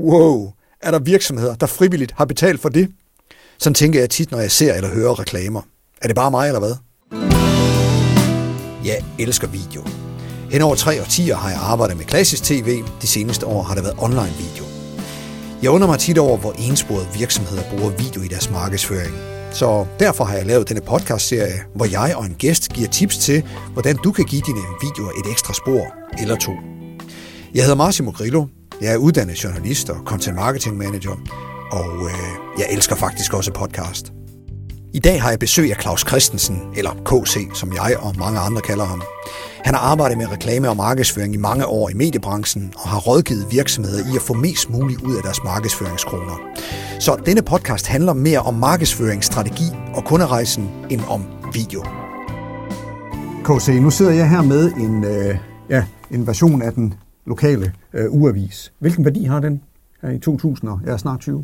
Wow, er der virksomheder, der frivilligt har betalt for det? Sådan tænker jeg tit, når jeg ser eller hører reklamer. Er det bare mig, eller hvad? Jeg elsker video. Hen over 3 årtier har jeg arbejdet med klassisk tv. De seneste år har det været online video. Jeg undrer mig tit over, hvor ensporede virksomheder bruger video i deres markedsføring. Så derfor har jeg lavet denne podcastserie, hvor jeg og en gæst giver tips til, hvordan du kan give dine videoer et ekstra spor eller 2. Jeg hedder Massimo Grillo. Jeg er uddannet journalist og content marketing manager, og jeg elsker faktisk også podcast. I dag har jeg besøg af Claus Christensen, eller KC, som jeg og mange andre kalder ham. Han har arbejdet med reklame og markedsføring i mange år i mediebranchen, og har rådgivet virksomheder i at få mest muligt ud af deres markedsføringskroner. Så denne podcast handler mere om markedsføringsstrategi og kunderejsen, end om video. KC, nu sidder jeg her med en version af den lokale ugeavis. Hvilken værdi har den her i 2000 og snart 20?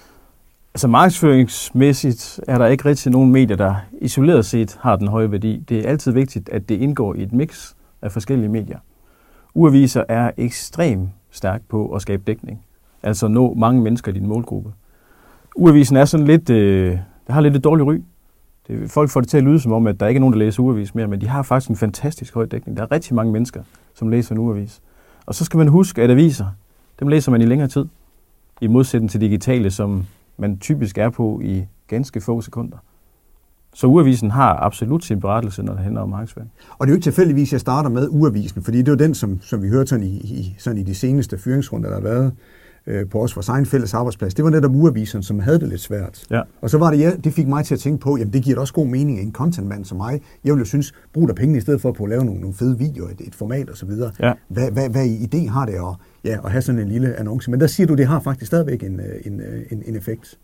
Altså markedsføringsmæssigt er der ikke rigtig nogen medier, der isoleret set har den høje værdi. Det er altid vigtigt, at det indgår i et mix af forskellige medier. Ugeaviser er ekstremt stærkt på at skabe dækning, altså nå mange mennesker i din målgruppe. Ugeavisen er sådan lidt, det har lidt et dårligt ry. Folk får det til at lyde som om, at der ikke er nogen, der læser ugeavis mere, men de har faktisk en fantastisk høj dækning. Der er rigtig mange mennesker, som læser en ugeavis. Og så skal man huske, at aviser, dem læser man i længere tid, i modsætning til digitale, som man typisk er på i ganske få sekunder. Så ugeavisen har absolut sin berettelse, når det handler om markedsføring. Og det er jo ikke tilfældigvis, at jeg starter med ugeavisen, fordi det er jo den, som vi hørte sådan i de seneste fyringsrunder, der har været på os vores egen fælles arbejdsplads. Det var netop ugeavisen, som havde det lidt svært. Ja. Og så var det fik mig til at tænke på, jamen det giver da også god mening af en contentmand som mig. Jeg vil jo synes, brug der penge i stedet for at lave nogle fede videoer, et format og så videre. Ja. Hvad idé har det at have sådan en lille annonce? Men der siger du, det har faktisk stadigvæk en effekt.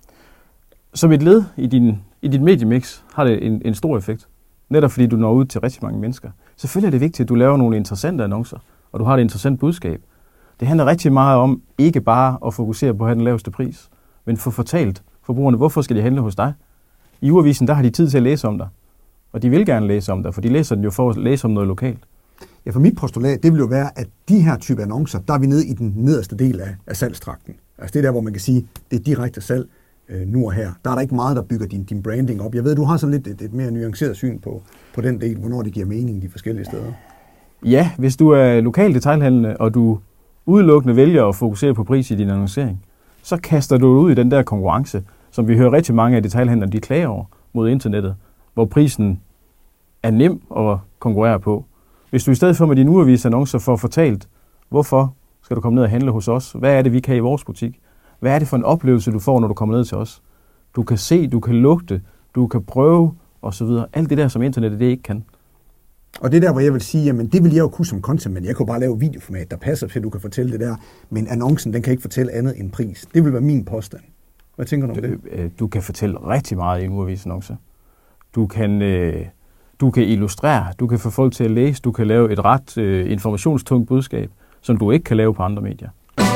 Som et led i dit mediemix har det en stor effekt. Netop fordi du når ud til rigtig mange mennesker. Selvfølgelig er det vigtigt, at du laver nogle interessante annoncer, og du har et interessant budskab. Det handler rigtig meget om ikke bare at fokusere på at have den laveste pris, men få fortalt forbrugerne, hvorfor skal de handle hos dig. I ugeavisen, der har de tid til at læse om dig, og de vil gerne læse om dig, for de læser den jo for at læse om noget lokalt. Ja, for mit postulat, det vil jo være, at de her type annoncer, der er vi nede i den nederste del af salgstrakten. Altså det er der, hvor man kan sige, det er direkte salg nu og her. Der er der ikke meget, der bygger din branding op. Jeg ved, du har sådan lidt et mere nuanceret syn på den del, hvornår det giver mening de forskellige steder. Ja, hvis du er lokal detailhandlende, og du udelukkende vælger at fokusere på pris i din annoncering, så kaster du ud i den der konkurrence, som vi hører rigtig mange af detailhandlerne, de klager over mod internettet, hvor prisen er nem at konkurrere på. Hvis du i stedet for med din ugeavisannoncer får fortalt, hvorfor skal du komme ned og handle hos os? Hvad er det, vi kan i vores butik? Hvad er det for en oplevelse, du får, når du kommer ned til os? Du kan se, du kan lugte, du kan prøve osv. Alt det der, som internettet det ikke kan. Og det der, hvor jeg vil sige, jamen det vil jeg jo kunne som content, men jeg kunne bare lave videoformat, der passer til, at du kan fortælle det der. Men annoncen, den kan ikke fortælle andet end pris. Det vil være min påstand. Hvad tænker du om det? Du kan fortælle rigtig meget i en ugeavisannonce. Du kan illustrere, du kan få folk til at læse, du kan lave et ret informationstungt budskab, som du ikke kan lave på andre medier.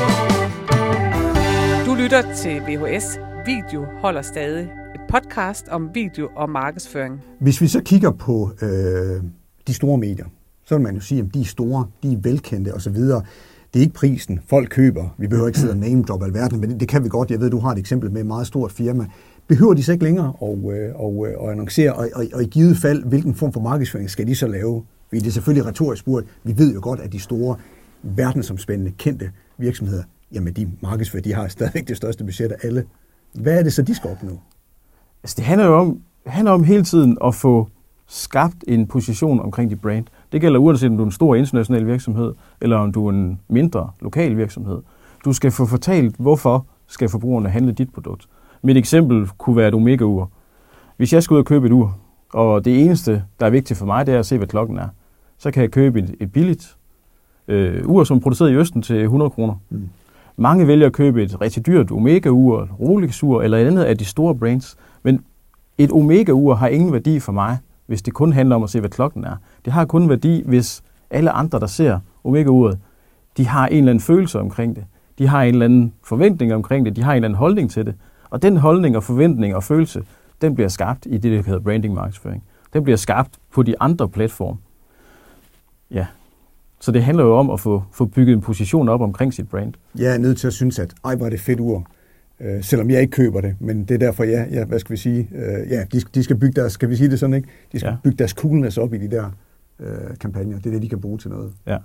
Du lytter til VHS. Video holder stadig. Et podcast om video og markedsføring. Hvis vi så kigger på de store medier, så vil man jo sige, at de er store, de er velkendte osv. Det er ikke prisen, folk køber. Vi behøver ikke sidde og name drop alverden, men det kan vi godt. Jeg ved, du har et eksempel med et meget stort firma. Behøver de så ikke længere at annoncere, og i givet fald, hvilken form for markedsføring skal de så lave? Fordi det er selvfølgelig retorisk spurgt. Vi ved jo godt, at de store, verdensomspændende, kendte virksomheder, jamen de markedsfører, de har stadigvæk det største budget af alle. Hvad er det så, de skal opnå? Altså, det handler jo om hele tiden at få skabt en position omkring dit brand. Det gælder uanset om du er en stor international virksomhed, eller om du er en mindre lokal virksomhed. Du skal få fortalt, hvorfor skal forbrugerne handle dit produkt. Mit eksempel kunne være et Omega-ur. Hvis jeg skal ud og købe et ur, og det eneste, der er vigtigt for mig, det er at se, hvad klokken er, så kan jeg købe et billigt ur, som er produceret i Østen til 100 kroner. Mm. Mange vælger at købe et rigtig dyrt Omega-ur, Rolex-ur eller et andet af de store brands. Men et Omega-ur har ingen værdi for mig, hvis det kun handler om at se, hvad klokken er. Det har kun værdi, hvis alle andre, der ser Omega-uret, de har en eller anden følelse omkring det. De har en eller anden forventning omkring det. De har en eller anden holdning til det. Og den holdning og forventning og følelse, den bliver skabt i det, der hedder branding markedsføring. Den bliver skabt på de andre platforme. Ja. Så det handler jo om at få bygget en position op omkring sit brand. Jeg er nødt til at synes, at hvor er det fedt ur, selvom jeg ikke køber det, men det er derfor, hvad skal vi sige, de skal bygge deres, skal vi sige det sådan, ikke? De skal bygge deres coolness op i de der kampagner. Det er det, de kan bruge til noget. Ja.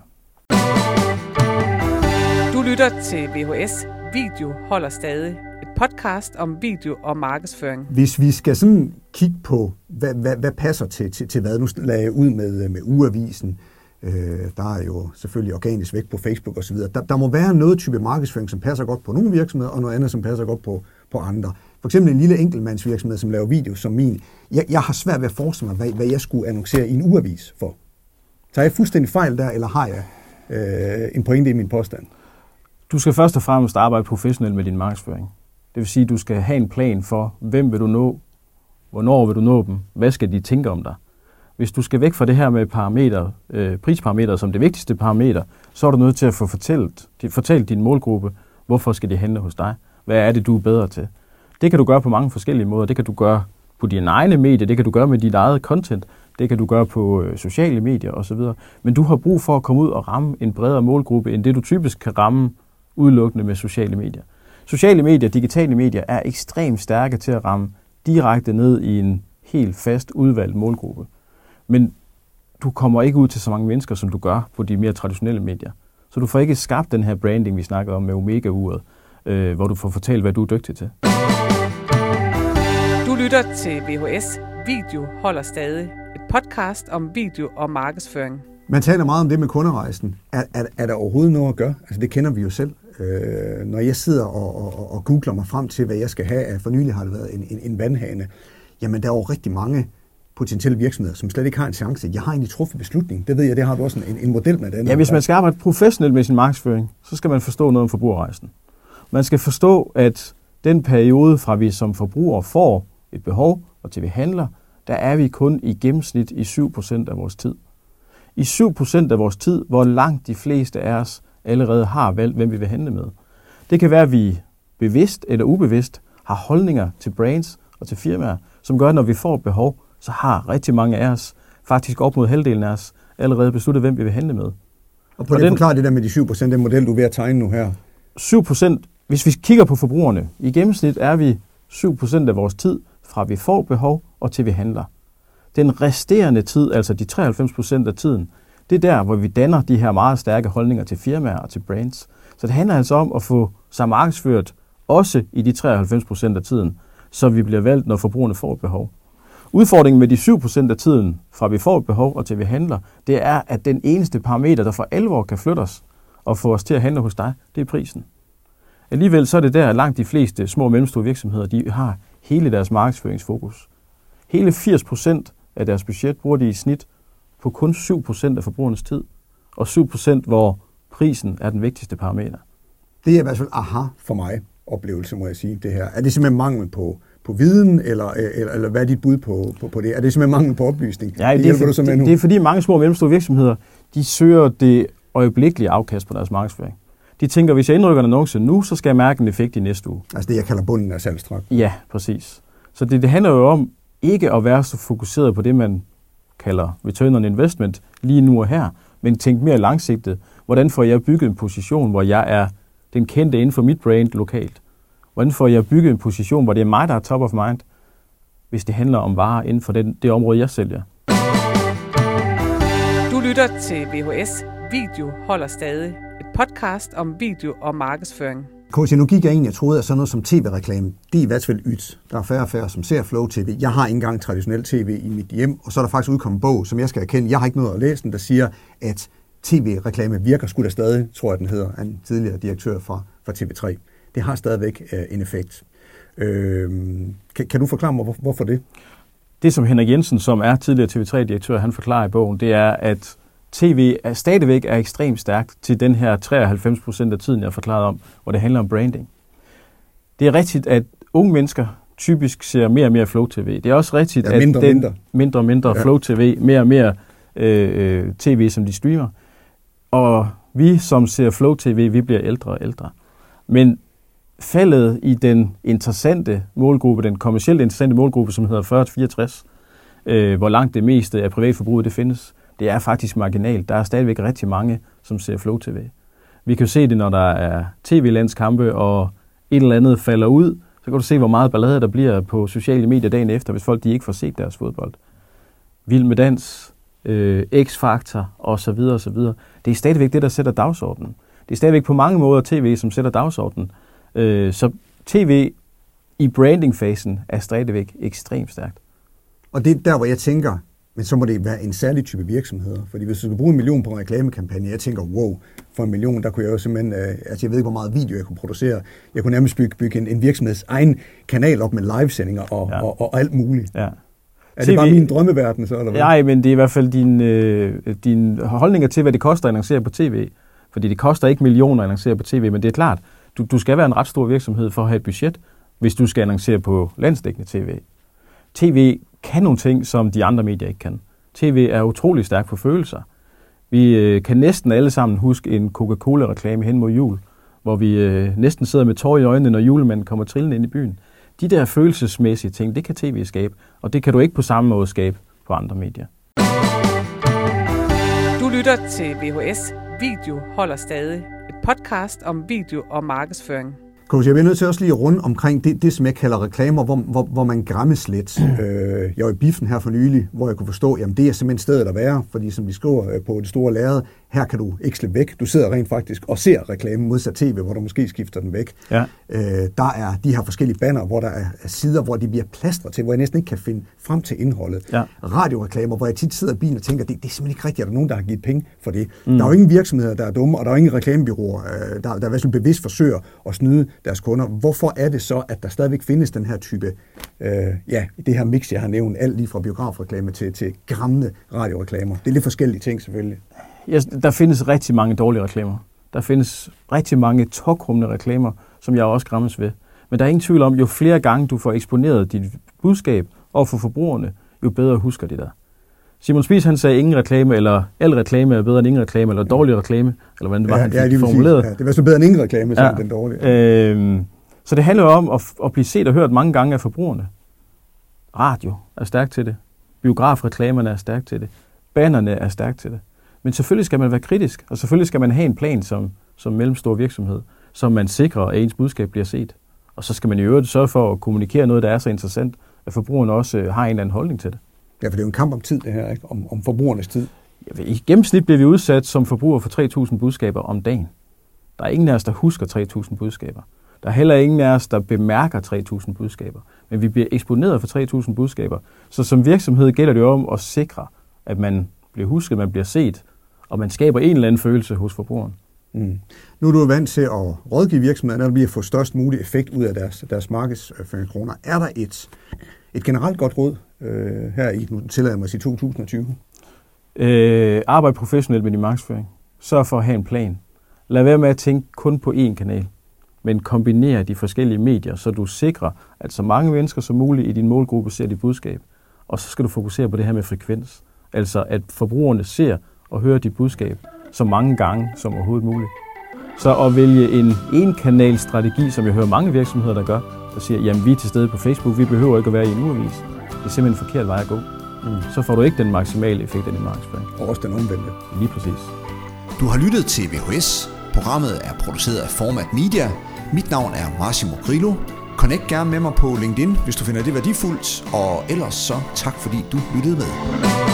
Du lytter til VHS Video holder stadig. Et podcast om video og markedsføring. Hvis vi skal sådan kigge på, hvad passer til hvad, nu lagde jeg ud med ugeavisen, der er jo selvfølgelig organisk væk på Facebook osv. Der må være noget type markedsføring, som passer godt på nogle virksomheder, og noget andet, som passer godt på andre. For eksempel en lille enkeltmandsvirksomhed, som laver video som min. Jeg har svært ved at forestille mig, hvad jeg skulle annoncere i en ugeavis for. Så er jeg fuldstændig fejl der, eller har jeg en pointe i min påstand? Du skal først og fremmest arbejde professionelt med din markedsføring. Det vil sige, at du skal have en plan for, hvem vil du nå, hvornår vil du nå dem, hvad skal de tænke om dig. Hvis du skal væk fra det her med prisparameter som det vigtigste parameter, så er du nødt til at få fortalt din målgruppe, hvorfor skal de handle hos dig. Hvad er det, du er bedre til? Det kan du gøre på mange forskellige måder. Det kan du gøre på dine egne medier, det kan du gøre med dit eget content, det kan du gøre på sociale medier osv. Men du har brug for at komme ud og ramme en bredere målgruppe, end det du typisk kan ramme udelukkende med sociale medier. Sociale medier, digitale medier, er ekstremt stærke til at ramme direkte ned i en helt fast udvalgt målgruppe. Men du kommer ikke ud til så mange mennesker, som du gør på de mere traditionelle medier. Så du får ikke skabt den her branding, vi snakkede om med Omega-uret, hvor du får fortalt, hvad du er dygtig til. Du lytter til VHS Video holder stadig. Et podcast om video og markedsføring. Man taler meget om det med kunderejsen. Er der overhovedet noget at gøre? Altså det kender vi jo selv. Når jeg sidder og googler mig frem til, hvad jeg skal have, for nylig har det været en vandhane, jamen der er jo rigtig mange potentielle virksomheder, som slet ikke har en chance. Jeg har egentlig truffet beslutning. Det ved jeg, det har du også en model med den. Ja, hvis man skal arbejde professionelt med sin markedsføring, så skal man forstå noget om forbrugerrejsen. Man skal forstå, at den periode fra vi som forbruger får et behov, og til vi handler, der er vi kun i gennemsnit i 7% af vores tid. I 7% af vores tid, hvor langt de fleste af os allerede har valgt, hvem vi vil handle med. Det kan være, at vi bevidst eller ubevidst har holdninger til brands og til firmaer, som gør, at når vi får et behov, så har rigtig mange af os, faktisk op mod halvdelen af os, allerede besluttet, hvem vi vil handle med. Og på det forklare det der med de 7%, den model, du er ved at tegne nu her. 7%, hvis vi kigger på forbrugerne, i gennemsnit er vi 7% af vores tid, fra vi får behov og til vi handler. Den resterende tid, altså de 93% af tiden, det er der, hvor vi danner de her meget stærke holdninger til firmaer og til brands. Så det handler altså om at få sig markedsført også i de 93% af tiden, så vi bliver valgt, når forbrugerne får et behov. Udfordringen med de 7% af tiden, fra vi får et behov og til vi handler, det er, at den eneste parameter, der for alvor kan flytte os og få os til at handle hos dig, det er prisen. Alligevel så er det der, at langt de fleste små og mellemstore virksomheder, de har hele deres markedsføringsfokus. Hele 80% af deres budget bruger de i snit på kun 7% af forbrugernes tid, og 7%, hvor prisen er den vigtigste parameter. Det er i hvert fald aha for mig oplevelse, må jeg sige, det her. Er det simpelthen mangel på viden, eller hvad er dit bud på det? Er det simpelthen mangel på oplysning? Ja, det er fordi mange små og mellemstore virksomheder, de søger det øjeblikkelige afkast på deres markedsføring. De tænker, hvis jeg indrykker en annonce nu, så skal jeg mærke en effekt i næste uge. Altså det, jeg kalder bunden af salgstrakt. Ja, præcis. Så det handler jo om ikke at være så fokuseret på det, man kalder return on investment lige nu og her, men tænke mere langsigtet. Hvordan får jeg bygget en position, hvor jeg er den kendte inden for mit brand lokalt? Hvordan får jeg bygget en position, hvor det er mig, der er top of mind, hvis det handler om varer inden for det område, jeg sælger? Du lytter til VHS Video holder stadig. Et podcast om video og markedsføring. KC, nu gik jeg egentlig, jeg troede, at sådan noget som tv-reklame, det er i hvert fald ydt. Der er færre og færre, som ser Flow TV. Jeg har ikke engang traditionel tv i mit hjem, og så er der faktisk udkommet en bog, som jeg skal erkende. Jeg har ikke noget at læse den, der siger, at tv-reklame virker sgu da stadig, tror jeg den hedder, en tidligere direktør fra TV3. Det har stadigvæk en effekt. Kan du forklare mig, hvorfor det? Det, som Henrik Jensen, som er tidligere TV3-direktør, han forklarer i bogen, det er, at tv stadigvæk er ekstremt stærkt til den her 93% af tiden, jeg har forklaret om, hvor det handler om branding. Det er rigtigt, at unge mennesker typisk ser mere og mere Flow TV. Det er også rigtigt, at mindre og mindre Flow TV, mere og mere tv, som de streamer. Og vi, som ser Flow TV, vi bliver ældre og ældre. Men faldet i den interessante målgruppe, den kommercielt interessante målgruppe, som hedder 40-64, hvor langt det meste af privatforbruget det findes, det er faktisk marginalt. Der er stadigvæk rigtig mange, som ser Flow TV. Vi kan jo se det, når der er tv-landskampe, og et eller andet falder ud, så kan du se, hvor meget ballade der bliver på sociale medier dagen efter, hvis folk de ikke får set deres fodbold. Vild med dans, X-Factor osv. osv. Det er stadigvæk det, der sætter dagsordenen. Det er stadigvæk på mange måder tv, som sætter dagsordenen. Så tv i brandingfasen er stadigvæk ekstremt stærkt. Og det er der, hvor jeg tænker, men så må det være en særlig type virksomheder. Fordi hvis du skal bruge 1 million på en reklamekampagne, jeg tænker, wow, for 1 million, der kunne jeg jo simpelthen, jeg ved ikke, hvor meget video jeg kunne producere. Jeg kunne nærmest bygge en virksomheds egen kanal op med livesendinger og alt muligt. Ja. Er det bare min drømmeverden så, eller hvad? Nej, men det er i hvert fald din holdninger til, hvad det koster at annoncere på tv. Fordi det koster ikke millioner at annoncere på tv, men det er klart, du skal være en ret stor virksomhed for at have et budget, hvis du skal annoncere på landsdækkende tv. TV kan nogle ting, som de andre medier ikke kan. TV er utrolig stærk på følelser. Vi kan næsten alle sammen huske en Coca-Cola-reklame hen mod jul, hvor vi næsten sidder med tårer i øjnene, når julemanden kommer trillende ind i byen. De der følelsesmæssige ting, det kan tv skabe, og det kan du ikke på samme måde skabe på andre medier. Du lytter til VHS. Video holder stadig. Et podcast om video og markedsføring. Coach, jeg bliver nødt til også lige at runde omkring det, som jeg kalder reklamer, hvor man græmmes lidt. Jeg var i biffen her for nylig, hvor jeg kunne forstå, jamen det er simpelthen stedet at være, fordi som vi skriver på det store lærred, her kan du ikke slippe væk. Du sidder rent faktisk og ser reklamen modsat tv, hvor du måske skifter den væk. Ja. Der er de her forskellige banner, hvor der er sider, hvor de bliver plastret til, hvor jeg næsten ikke kan finde frem til indholdet. Ja. Radioreklamer, hvor jeg tit sidder i bilen og tænker, det er simpelthen ikke rigtigt, at der er nogen, der har givet penge for det. Der er jo ingen virksomheder, der er dumme, og der er jo ingen reklamebureauer, der bevidst forsøger at snyde deres kunder. Hvorfor er det så, at der stadigvæk findes den her type, det her mix, jeg har nævnt, alt lige fra biografreklame til gamle radioreklamer? Det er lidt forskellige ting selvfølgelig. Ja, der findes rigtig mange dårlige reklamer. Der findes rigtig mange tåkrummende reklamer, som jeg også græmmes ved. Men der er ingen tvivl om, jo flere gange du får eksponeret dit budskab over for forbrugerne, jo bedre husker de der. Simon Spies, han sagde ingen reklame, eller al reklame er bedre end ingen reklame, eller dårlig reklame, eller hvordan det var, han fik formuleret. Ja, det var så bedre end ingen reklame, som den dårlige. Så det handler jo om at blive set og hørt mange gange af forbrugerne. Radio er stærkt til det. Biografreklamerne er stærkt til det. Bannerne er stærkt til det. Men selvfølgelig skal man være kritisk, og selvfølgelig skal man have en plan som mellemstor virksomhed, så man sikrer, at ens budskab bliver set. Og så skal man i øvrigt sørge for at kommunikere noget, der er så interessant, at forbrugerne også har en eller anden holdning til det. Ja, for det er jo en kamp om tid, det her, ikke? Om forbrugernes tid. Ja, i gennemsnit bliver vi udsat som forbruger for 3.000 budskaber om dagen. Der er ingen af os, der husker 3.000 budskaber. Der er heller ingen af os, der bemærker 3.000 budskaber. Men vi bliver eksponeret for 3.000 budskaber. Så som virksomhed gælder det jo om at sikre, at man bliver husket, man bliver set, og man skaber en eller anden følelse hos forbrugeren. Nu er du vant til at rådgive virksomhederne, når de bliver få størst mulig effekt ud af deres markedsføringskroner. Er der et generelt godt råd her i, nu tillader jeg mig at sige 2020? Arbejd professionelt med din markedsføring. Sørg for at have en plan. Lad være med at tænke kun på én kanal, men kombinere de forskellige medier, så du sikrer, at så mange mennesker som muligt i din målgruppe ser dit budskab. Og så skal du fokusere på det her med frekvens. Altså at forbrugerne ser og hører dit budskab så mange gange som overhovedet muligt. Så at vælge en enkanalstrategi, som jeg hører mange virksomheder, der gør, der siger, jamen vi er til stede på Facebook, vi behøver ikke at være i en ugeavis. Det er simpelthen en forkert vej at gå. Så får du ikke den maksimale effekt af din markedsføring. Og også den omvendte. Lige præcis. Du har lyttet til VHS. Programmet er produceret af Format Media. Mit navn er Massimo Grillo. Connect gerne med mig på LinkedIn, hvis du finder det værdifuldt. Og ellers så tak fordi du lyttede med.